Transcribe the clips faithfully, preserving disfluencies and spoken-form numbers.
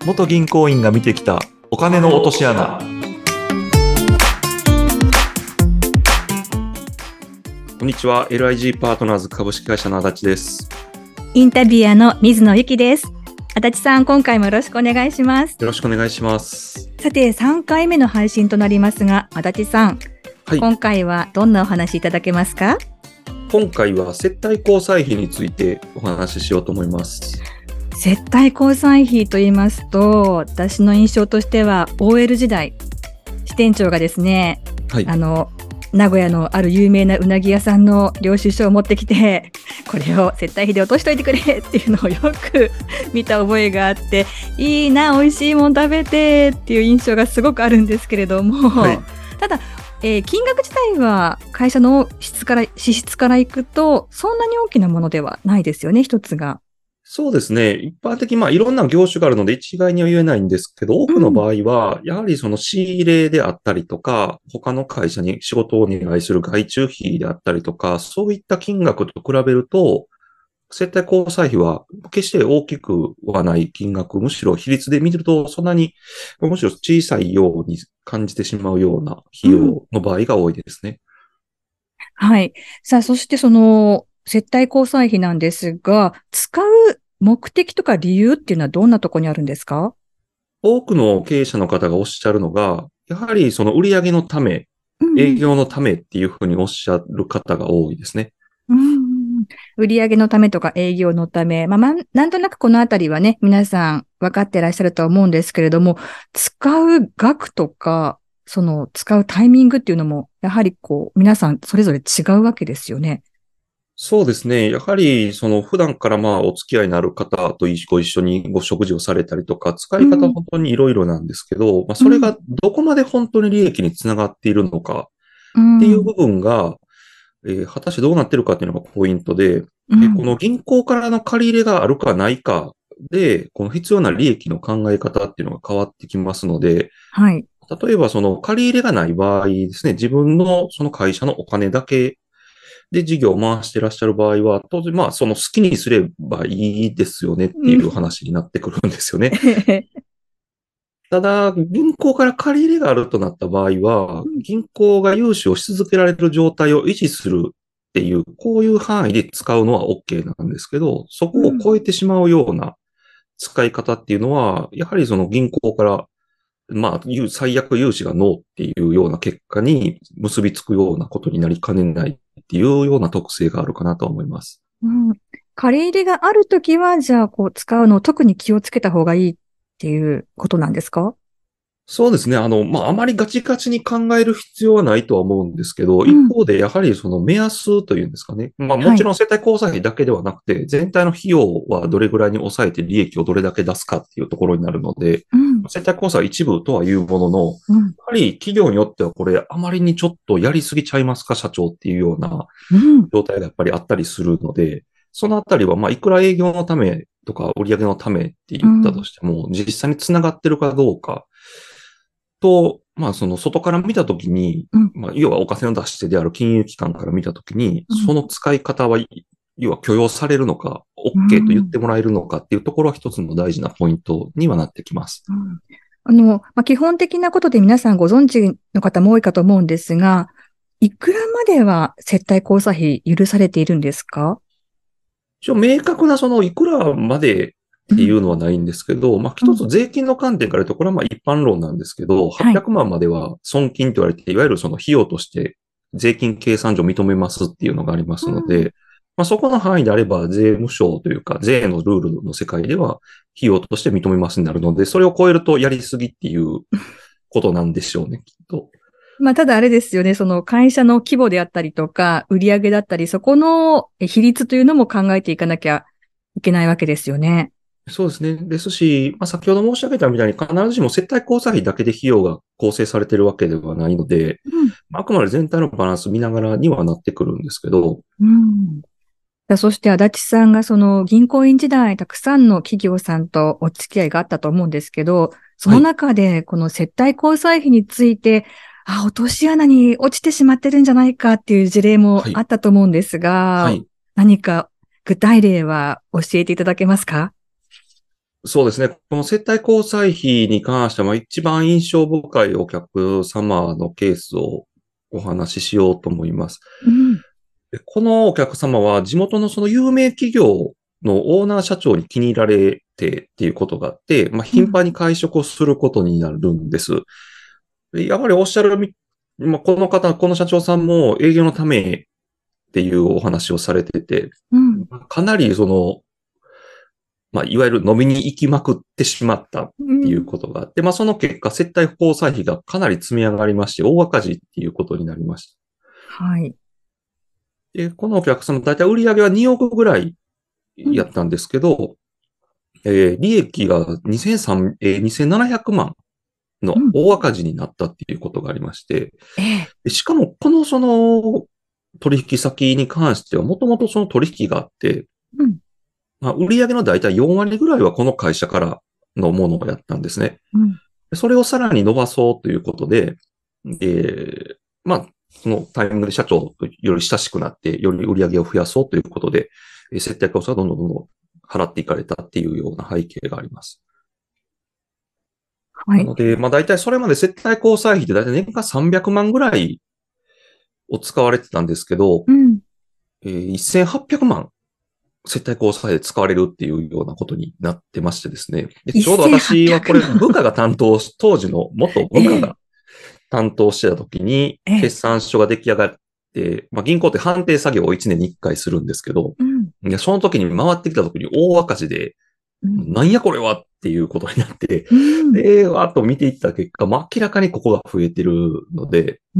元銀行員が見てきたお金の落とし穴。こんにちは。 エルアイジー パートナーズ株式会社の足立です。 インタビュアーの水野由紀です。足立さん、今回もよろしくお願いします。 よろしくお願いします。 さて、さんかいめの配信となりますが、足立さん、はい、今回はどんなお話いただけますか？ 今回は接待交際費についてお話ししようと思います。 接待交際費と言いますと、私の印象としては オーエル 時代、支店長がですね、はい、あの名古屋のある有名なうなぎ屋さんの領収書を持ってきて、これを接待費で落としといてくれっていうのをよく見た覚えがあって、いいな、美味しいもん食べてっていう印象がすごくあるんですけれども、はい、ただ、えー、金額自体は会社の質から支出からいくとそんなに大きなものではないですよね、一つが。 そうですね。一般的に、まあ、いろんな業種があるので一概には言えないんですけど、多くの場合は、やはりその仕入れであったりとか、他の会社に仕事をお願いする外注費であったりとか、そういった金額と比べると、接待交際費は決して大きくはない金額、むしろ比率で見るとそんなに、むしろ小さいように感じてしまうような費用の場合が多いですね。 うん、はい。さあ、そしてその、接待交際費なんですが、使う目的とか理由っていうのはどんなところにあるんですか？ 多くの経営者の方がおっしゃるのが、やはりその売上のため、営業のためっていうふうにおっしゃる方が多いですね。 うんうん、売上のためとか営業のため、まあ、なんとなくこのあたりはね、皆さん分かってらっしゃるとは思うんですけれども、使う額とか、その使うタイミングっていうのも、やはりこう、皆さんそれぞれ違うわけですよね。 そうですね。やはり、その普段からまあお付き合いのある方とご一緒にご食事をされたりとか、使い方は本当にいろいろなんですけど、うん、まあそれがどこまで本当に利益につながっているのかっていう部分が、うん、えー、果たしてどうなっているかっていうのがポイントで、うん、えー、この銀行からの借り入れがあるかないかで、この必要な利益の考え方っていうのが変わってきますので、 はい。 例えばその借り入れがない場合ですね、自分のその会社のお金だけで、事業を回していらっしゃる場合は、当然、まあ、その好きにすればいいですよねっていう話になってくるんですよね。うん、ただ、銀行から借り入れがあるとなった場合は、銀行が融資をし続けられる状態を維持するっていう、こういう範囲で使うのは OK なんですけど、そこを超えてしまうような使い方っていうのは、やはりその銀行から、まあ、最悪融資がノーっていうような結果に結びつくようなことになりかねないっていうような特性があるかなと思います。 うん、借り入れがあるときは、じゃあ、こう、使うのを特に気をつけた方がいいっていうことなんですか？ そうですね。あの、まあ、あまりガチガチに考える必要はないとは思うんですけど、うん、一方でやはりその目安というんですかね。まあ、もちろん接待交際費だけではなくて、はい、全体の費用はどれぐらいに抑えて利益をどれだけ出すかっていうところになるので、うん、接待交際一部とはいうものの、うん、やはり企業によってはこれあまりにちょっとやりすぎちゃいますか、社長っていうような状態がやっぱりあったりするので、そのあたりは、まあ、いくら営業のためとか売上のためって言ったとしても、うん、実際につながってるかどうか、と、まあその外から見たときに、うん、まあ要はお金を出してである金融機関から見たときに、うん、その使い方は、要は許容されるのか、OK と言ってもらえるのかっていうところは一つの大事なポイントにはなってきます。 うん、あの、まあ、基本的なことで皆さんご存知の方も多いかと思うんですが、いくらまでは接待交際費許されているんですか？ 一応明確なそのいくらまでっていうのはないんですけど、うん、まあ一つ税金の観点から言うと、これはまあ一般論なんですけど、はっぴゃくまんまでは損金と言われて、いわゆるその費用として税金計算上認めますっていうのがありますので、うん、まあそこの範囲であれば税務署というか税のルールの世界では費用として認めますになるので、それを超えるとやりすぎっていうことなんでしょうね、きっと。 まあ、ただあれですよね、その会社の規模であったりとか、売上だったり、そこの比率というのも考えていかなきゃいけないわけですよね。 そうですね。ですし、まあ、先ほど申し上げたみたいに必ずしも接待交際費だけで費用が構成されているわけではないので、うん、あくまで全体のバランス見ながらにはなってくるんですけど。 うん、そして足立さんがその銀行員時代たくさんの企業さんとお付き合いがあったと思うんですけど、その中でこの接待交際費について、はい、あ、落とし穴に落ちてしまってるんじゃないかっていう事例もあったと思うんですが、はいはい、何か具体例は教えていただけますか？ そうですね。この接待交際費に関しては、一番印象深いお客様のケースをお話ししようと思います。 うん、 でこのお客様は地元のその有名企業のオーナー社長に気に入られてっていうことがあって、まあ、頻繁に会食をすることになるんです。でやはりおっしゃるみ、まあ、この方、この社長さんも営業のためっていうお話をされてて、 うん、 かなりその、まあ、いわゆる飲みに行きまくってしまったっていうことがあって、まあ、その結果、接待交際費がかなり積み上がりまして、大赤字っていうことになりました。 はい。 で、このお客様、だいたい売上はにおくぐらいやったんですけど、うん、えー、利益がにせんさんびゃく、えー、にせんななひゃくまんの大赤字になったっていうことがありまして、うん、しかも、このその取引先に関しては、もともとその取引があって、うん、まあ、売上のだいたいよんわりぐらいはこの会社からのものをやったんですね。うん、それをさらに伸ばそうということで、えー、まあ、そのタイミングで社長とより親しくなって、より売り上げを増やそうということで、接待交際がどんどんどんどん払っていかれたっていうような背景があります。はい。なので、まあ大体それまで接待交際費って大体年間さんびゃくまんぐらいを使われてたんですけど、うん、えー、せんはっぴゃくまん接待交際で使われるっていうようなことになってましてですね。でちょうど私はこれ部下が担当、当時の元部下が担当してた時に、決算書が出来上がって、まあ、銀行って判定作業をいちねんにいっかいするんですけど、うん、でその時に回ってきた時に大赤字で、うん、なんやこれはっていうことになって、うん、で、わーっと見ていった結果、まあ、明らかにここが増えてるので、うん、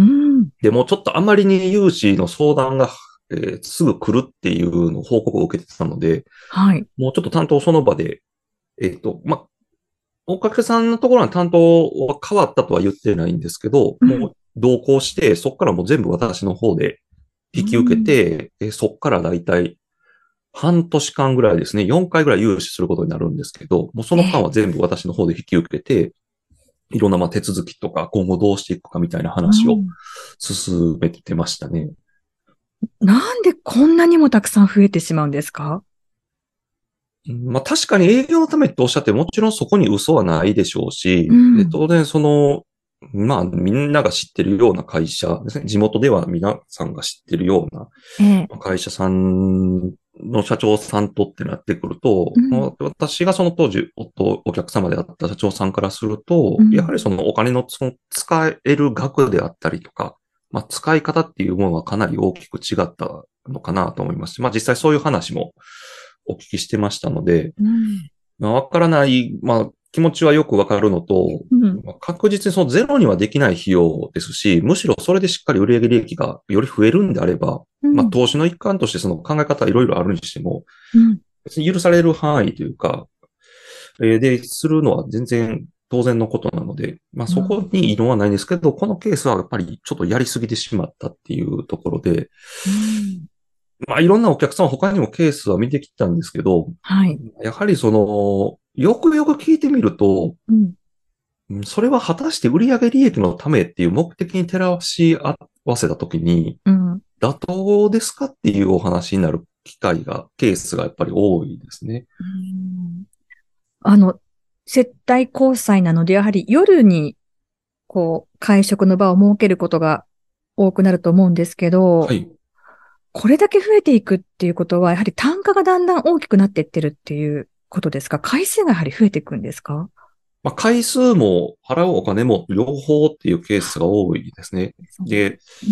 でもちょっとあまりに融資の相談が、えー、すぐ来るっていうの報告を受けてたので、はい、もうちょっと担当その場で、えっ、ー、と、まあ、お客さんのところの担当は変わったとは言ってないんですけど、うん、もう同行して、そこからもう全部私の方で引き受けて、うん、そこからだいたい半年間ぐらいですね、よんかいぐらい融資することになるんですけど、もうその間は全部私の方で引き受けて、いろんなまあ手続きとか今後どうしていくかみたいな話を進めてましたね。 うん、なんでこんなにもたくさん増えてしまうんですか？ まあ確かに営業のためっておっしゃって、もちろんそこに嘘はないでしょうし、うん、で当然その、まあみんなが知ってるような会社ですね。地元では皆さんが知ってるような会社さんの社長さんとってなってくると、うん、私がその当時お、お客様であった社長さんからすると、うん、やはりそのお金のその使える額であったりとか、まあ使い方っていうものはかなり大きく違ったのかなと思います。まあ実際そういう話もお聞きしてましたので、うん、まあ、わからない、まあ、気持ちはよくわかるのと、うんまあ、確実にそのゼロにはできない費用ですし、むしろそれでしっかり売上利益がより増えるんであれば、うん、まあ、投資の一環としてその考え方はいろいろあるにしても、うん、別に許される範囲というか、えー、で、するのは全然当然のことなので、まあ、そこに異論はないんですけど、うん、このケースはやっぱりちょっとやりすぎてしまったっていうところで、うんまあ、いろんなお客さん他にもケースは見てきたんですけど、はい。やはりその、よくよく聞いてみると、うん、それは果たして売上利益のためっていう目的に照らし合わせたときに、うん、妥当ですかっていうお話になる機会が、ケースがやっぱり多いですね。 うんあの、接待交際なので、やはり夜に、こう、会食の場を設けることが多くなると思うんですけど、はい。これだけ増えていくっていうことは、やはり単価がだんだん大きくなっていってるっていうことですか？回数がやはり増えていくんですか？ まあ、回数も払うお金も両方っていうケースが多いですね。で、うん、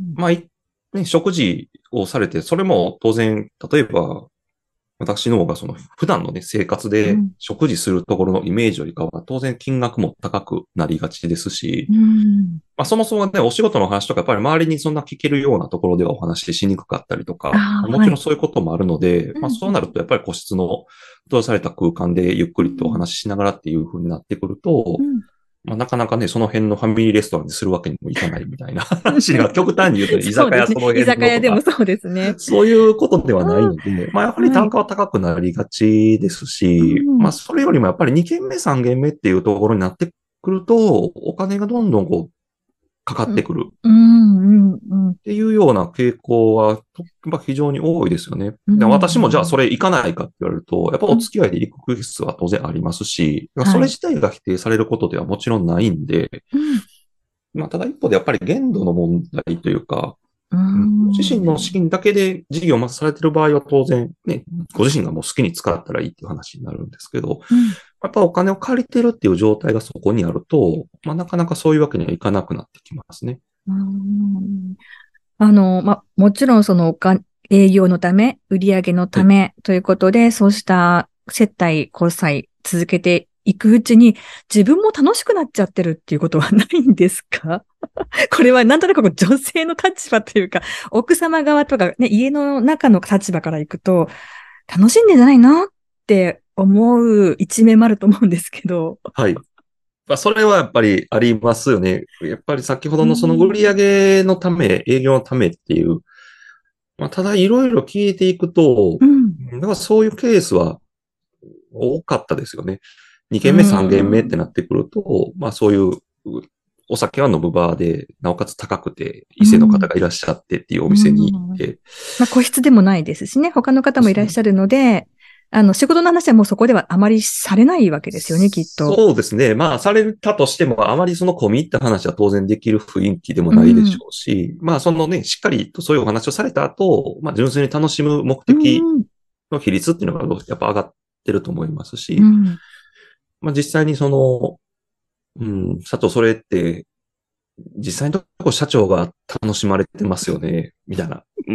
まあ、ね、食事をされて、それも当然、例えば、私の方がその普段のね、生活で食事するところのイメージよりかは当然金額も高くなりがちですし、うんまあ、そもそもね、お仕事の話とかやっぱり周りにそんな聞けるようなところではお話ししにくかったりとか、もちろんそういうこともあるので、はい、まあそうなるとやっぱり個室の閉ざされた空間でゆっくりとお話ししながらっていう風になってくると、うんまあ、なかなかね、その辺のファミリーレストランでするわけにもいかないみたいな話が極端に言うと、ね、居酒屋その辺の、ね、 居酒屋でもそうですね。 そういうことではないので、まあやはり単価は高くなりがちですし、はい、まあそれよりもやっぱりにけんめさんけんめっていうところになってくると、お金がどんどんこう、 かかってくる。 うんうんうん、 っていうような傾向は、まあ、非常に多いですよね。 うん、 で私もじゃあそれ行かないかって言われると、やっぱお付き合いで行くケースは当然ありますし、 うん、 それ自体が否定されることではもちろんないんで、 うん、 まあ、ただ一方でやっぱり限度の問題というか、 うご自身の資ん、 金だけで事業をされている場合は当然ね、ご自身がもう好きに使ったらいいっていう話になるんですけど、 うん、 やっぱお金を借りてるっていう状態がそこにあると、まあ、なかなかそういうわけにはいかなくなってきますね。 うん、あの、ま、もちろんそのおか、営業のため、売上のはい。 ためということで、そうした接待、交際続けていくうちに、自分も楽しくなっちゃってるっていうことはないんですか？これはなんとなくこう女性の立場というか、奥様側とかね、家の中の立場からいくと、楽しんでんじゃないのって思う一面もあると思うんですけど。 はい。まあ、それはやっぱりありますよね。やっぱり先ほどうのその売ん、 上のため、営業のためっていう、まあ、ただいろいろ聞いていくと、 うん、 だからそういうケースは多かったですよね。にう軒目、さん軒目ってん、 なってくると、まあそういうお酒は飲むバーで、なおかつ高くて、異性の方うん、 がいらっしゃってっていうおう店に行っん。 て、 まあ、個室でもないですしね、他の方もいらっしゃるので、あの、仕事の話はもうそこではあまりされないわけですよね、きっと。 そうですね。まあ、されたとしても、あまりその込み入った話は当然できる雰囲気でもないでしうん、 ょうし、まあ、そのね、しっかりとそういうお話をされた後、まあ、純粋に楽しむ目う的ん、 の比率っていうのがやっぱ上がってると思いますし、 うん、 まあ、実際にその、うん、社長それって実際のとこ社長が楽しまれてますよね、みたいな。うん、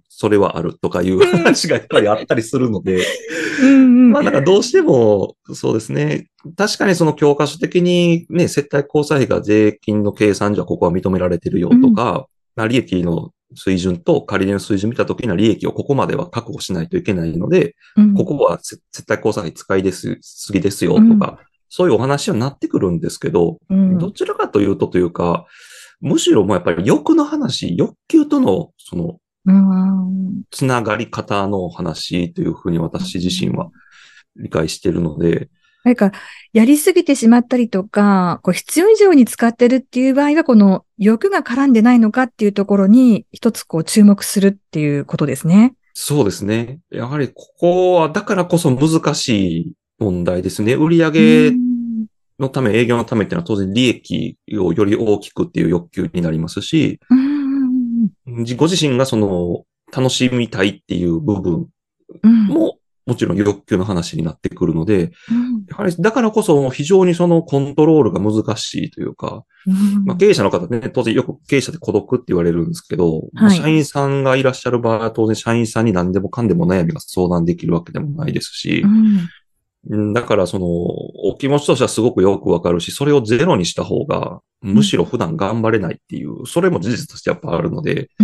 それはあるとかいううん、 話がやっぱりあったりするので、 うん、うん、 まあなんかどうしても、そうですね。確かにその教科書的にね、接待交際費が税金の計算上はここは認められてるよとか、利益の水準と借り入れの水準見たときには利益をここまでは確保しないといけないので、 うん、 ここは接待交際費使いですすぎですうん、 よとか、そういうお話になってくるんですけど、 うん、 どちらかというとというか、むしろもうやっぱり欲の話、欲求とのそのうん、 つながり方の話というふうに私自身は理解しているので、 なんか、やりすぎてしまったりとか、こう必要以上に使ってるっていう場合は、この欲が絡んでないのかっていうところに、一つこう注目するっていうことですね。 そうですね。やはりここはだからこそ難しい問題ですね。売う上ん、 のため、営業のためっていうのは当然利益をより大きくっていう欲求になりますし、 うん、 ご自身がその楽しみたいっていう部分うん、 ももちろん欲求の話になってくるので、 うん、 やはりだからこそ非常にそのコントロールが難しいというか、 うん、 まあ、経営者の方ね、当然よく経営者って孤独って言われるんですけど、まあ、 はい。 社員さんがいらっしゃる場合は当然社員さんに何でもかんでも悩みが相談できるわけでもないですし、 うん、 うんだからその、お気持ちとしてはすごくよくわかるし、それをゼロにした方が、 うん、 むしろ普段頑張れないっていう、それも事実としてやっぱあるので、 うん、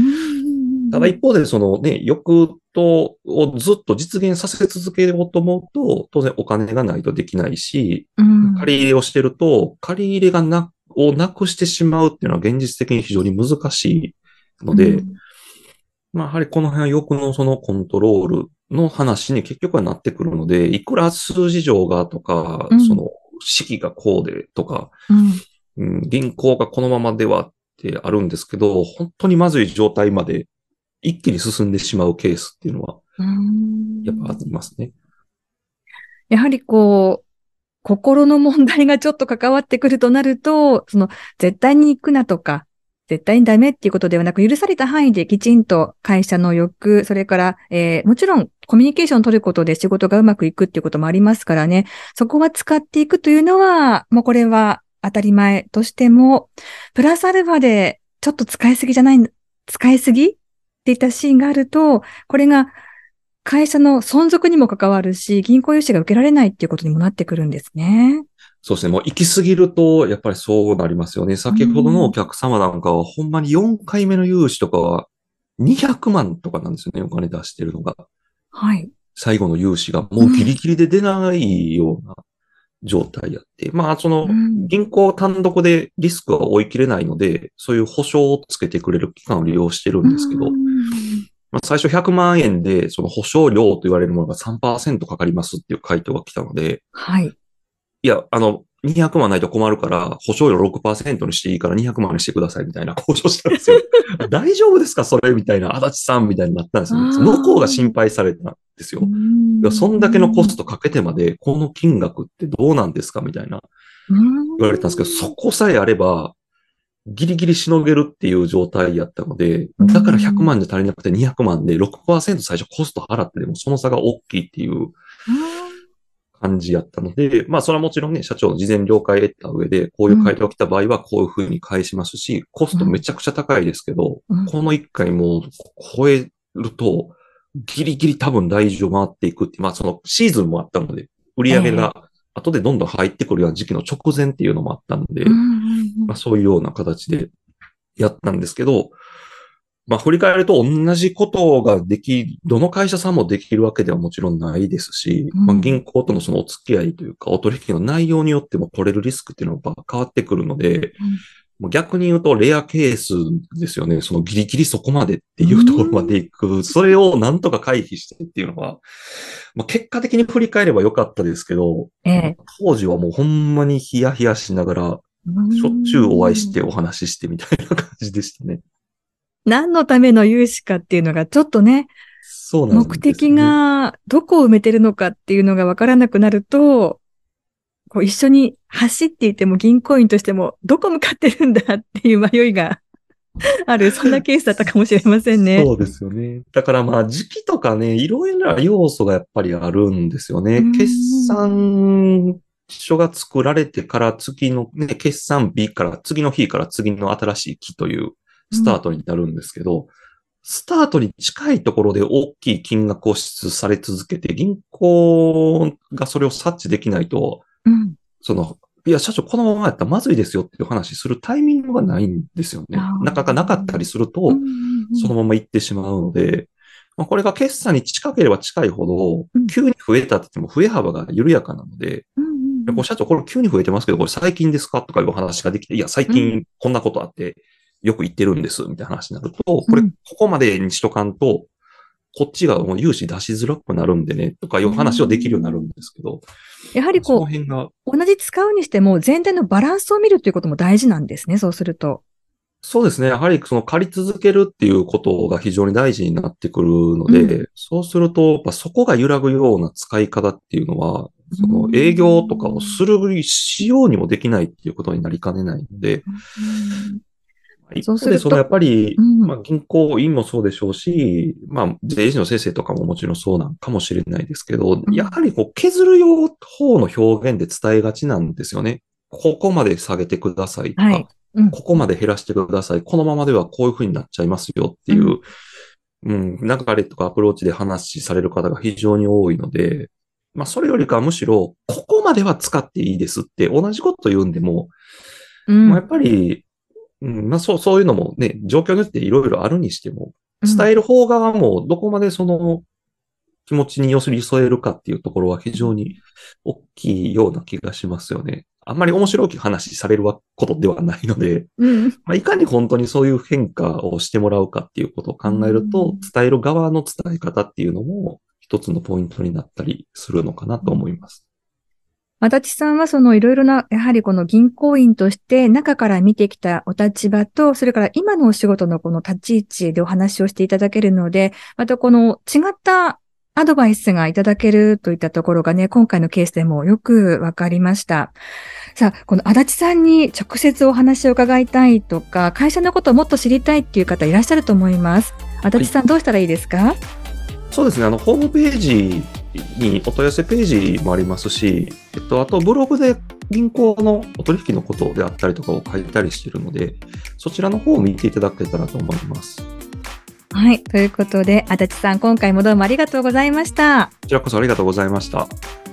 ただ一方でそのね、欲と、をずっと実現させ続けようと思うと、当然お金がないとできないし、 うん、 借り入れをしてると、借り入れがな、をなくしてしまうっていうのは現実的に非常に難しいので、 うん、 まあ、やはりこの辺は欲のそのコントロールの話に結局はなってくるので、いくら数字上がとか、 うん、 その、式がこうでとか、 うん、 うん、銀行がこのままではってあるんですけど、本当にまずい状態まで一気に進んでしまうケースっていうのは、 うやっぱあん。 りますね。 やはりこう、心の問題がちょっと関わってくるとなると、その、絶対に行くなとか、絶対にダメっていうことではなく、許された範囲できちんと会社の欲、それから、えー、もちろんコミュニケーションを取ることで仕事がうまくいくっていうこともありますからね、そこは使っていくというのは、もうこれは当たり前としても、プラスアルファでちょっと使いすぎじゃない、使いすぎっていったシーンがあると、これが会社の存続にも関わるし、銀行融資が受けられないっていうことにもなってくるんですね。 そうですね。もう行き過ぎると、やっぱりそうなりますよね。 う先ほどのおん、 客様なんかは、ほんまによんかいめの融資とかは、にひゃくまんとかなんですよね。お金出してるのが。 はい。 最後の融資がうん、 もうギリギリで出ないような状態やって。まあ、その、 うん、 銀行単独でリスクは追い切れないので、そういう保証をつけてくれる機関を利用してるうんですけど、 ん、 まあ、最初ひゃくまん円で、その保証料と言われるものがさんパーセントかかりますっていう回答が来たので、 はい。 いや、あの、 にひゃくまんないと困るから、保証料 ろくパーセント にしていいからにひゃくまんにしてくださいみたいな交渉したんですよ。大丈夫ですかそれみたいな、足立さんみたいになったんですよね。向こうが心配されたんですよ。いや、そんだけのコストかけてまで、この金額ってどうなんですかみたいな言われたんですけど、そこさえあれば、ギリギリしのげるっていう状態やったので、だからひゃくまんじゃ足りなくてにひゃくまんで ろくパーセント 最初コスト払ってでもその差が大きいっていう感じやったので、まあそれはもちろんね、社長の事前了解得た上で、こういう回答が来た場合はこういう風に返しますし、コストめちゃくちゃ高いですけど、このいっかいもう超えると、ギリギリ多分大丈夫回っていくって、まあそのシーズンもあったので、売り上げが後でどんどん入ってくるような時期の直前っていうのもあったので、まあそういうような形でやったんですけど、まあ振り返ると同じことができ、どの会社さんもできるわけではもちろんないですし、まあ銀行とのそのお付き合いというか、お取引の内容によっても取れるリスクっていうのが変わってくるので、もう逆に言うとレアケースですよね。そのギリギリそこまでっていうところまでいく。それをなんとか回避してっていうのは、まあ、結果的に振り返ればよかったですけど、ええ、当時はもうほんまにヒヤヒヤしながら、しょっちゅうお会いしてお話ししてみたいな感じでしたね。 何のための融資かっていうのがちょっとね、そうなんですね。目的がどこを埋めてるのかっていうのがわからなくなると、こう一緒に走っていても銀行員としてもどこ向かってるんだっていう迷いがある、そんなケースだったかもしれませんね。 そうですよね。だからまあ時期とかね、いろいろな要素がやっぱりあるんですよね。決算書が作られてから次のね、決算日から次の日から次の新しい期というスタートになるんですけど、うん、スタートに近いところで大きい金額を支出され続けて、銀行がそれを察知できないと、うん、その、いや、社長、このままやったらまずいですよっていう話するタイミングがないんですよね。なかなかなかったりすると、そのまま行ってしまうので、まあ、これが決算に近ければ近いほど、急に増えたって言っても増え幅が緩やかなので、うん、社長、これ急に増えてますけど、これ最近ですかとかいう話ができて、いや、最近こんなことあって、よく言ってるんです、みたいな話になると、これ、ここまでにしとかんと、こっちがもう融資出しづらくなるんでね、とかいう話をできるようになるんですけど。 やはりこう、その辺が同じ使うにしても全体のバランスを見るということも大事なんですね、そうすると。 そうですね。やはりその借り続けるっていうことが非常に大事になってくるので、うん、そうすると、やっぱそこが揺らぐような使い方っていうのは、その営業とかをするしようにもできないっていうことになりかねないので、うん一方で、そのやっぱり、うん、まあ銀行員もそうでしょうし、まあ税理士の先生とかももちろんそうなんかもしれないですけど、うん、やはりこう削る用方の表現で伝えがちなんですよね。ここまで下げてくださいとか、はいうん、ここまで減らしてください。このままではこういう風になっちゃいますよっていう、うん、うん、流れとかアプローチで話される方が非常に多いので、まあそれよりかはむしろ、ここまでは使っていいですって同じこと言うんでも、うんまあ、やっぱり、うん、まあそう、そういうのもね、状況によっていろいろあるにしても、伝える方側もどこまでその気持ちに寄り添えるかっていうところは非常に大きいような気がしますよね。あんまり面白い話されることではないので、うんまあ、いかに本当にそういう変化をしてもらうかっていうことを考えると、伝える側の伝え方っていうのも一つのポイントになったりするのかなと思います。 足立さんはそのいろいろな、やはりこの銀行員として中から見てきたお立場と、それから今のお仕事のこの立ち位置でお話をしていただけるので、またこの違ったアドバイスがいただけるといったところがね、今回のケースでもよくわかりました。さあ、この足立さんに直接お話を伺いたいとか、会社のことをもっと知りたいっていう方いらっしゃると思います。足立さん、はい、どうしたらいいですか？ そうですね、あの、ホームページにお問い合わせページもありますし、えっと、あとブログで銀行のお取引のことであったりとかを書いたりしているので、そちらの方を見ていただけたらと思います。 はい。ということで、足立さん、今回もどうもありがとうございました。 こちらこそありがとうございました。